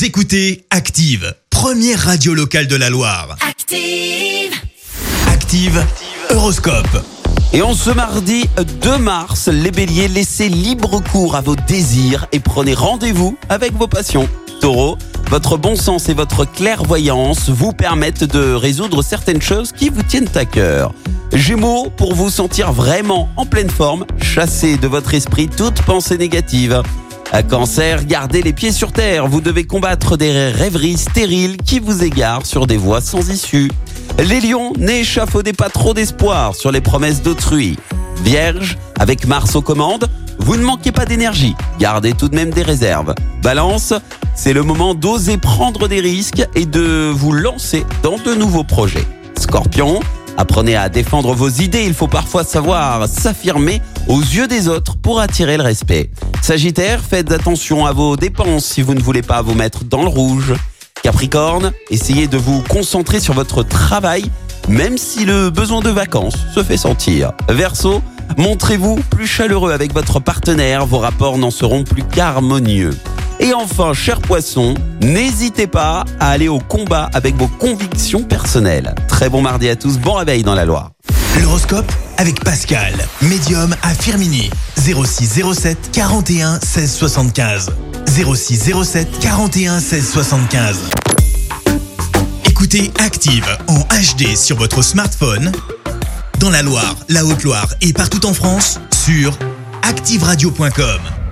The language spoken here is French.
Vous écoutez Active, première radio locale de la Loire. Active. Active Horoscope. Et en ce mardi 2 mars, les béliers, laissez libre cours à vos désirs et prenez rendez-vous avec vos passions. Taureau, votre bon sens et votre clairvoyance vous permettent de résoudre certaines choses qui vous tiennent à cœur. Gémeaux, pour vous sentir vraiment en pleine forme, chassez de votre esprit toute pensée négative. À Cancer, gardez les pieds sur terre, vous devez combattre des rêveries stériles qui vous égarent sur des voies sans issue. Les lions, n'échafaudez pas trop d'espoir sur les promesses d'autrui. Vierge, avec Mars aux commandes, vous ne manquez pas d'énergie, gardez tout de même des réserves. Balance, c'est le moment d'oser prendre des risques et de vous lancer dans de nouveaux projets. Scorpion, apprenez à défendre vos idées, il faut parfois savoir s'affirmer aux yeux des autres pour attirer le respect. Sagittaire, faites attention à vos dépenses si vous ne voulez pas vous mettre dans le rouge. Capricorne, essayez de vous concentrer sur votre travail, même si le besoin de vacances se fait sentir. Verseau, montrez-vous plus chaleureux avec votre partenaire, vos rapports n'en seront plus qu'harmonieux. Et enfin, cher poisson, n'hésitez pas à aller au combat avec vos convictions personnelles. Très bon mardi à tous, bon réveil dans la Loire. L'horoscope avec Pascal, médium à Firminy. 06 07 41 16 75. 06 07 41 16 75. Écoutez Active en HD sur votre smartphone, dans la Loire, la Haute-Loire et partout en France, sur activeradio.com.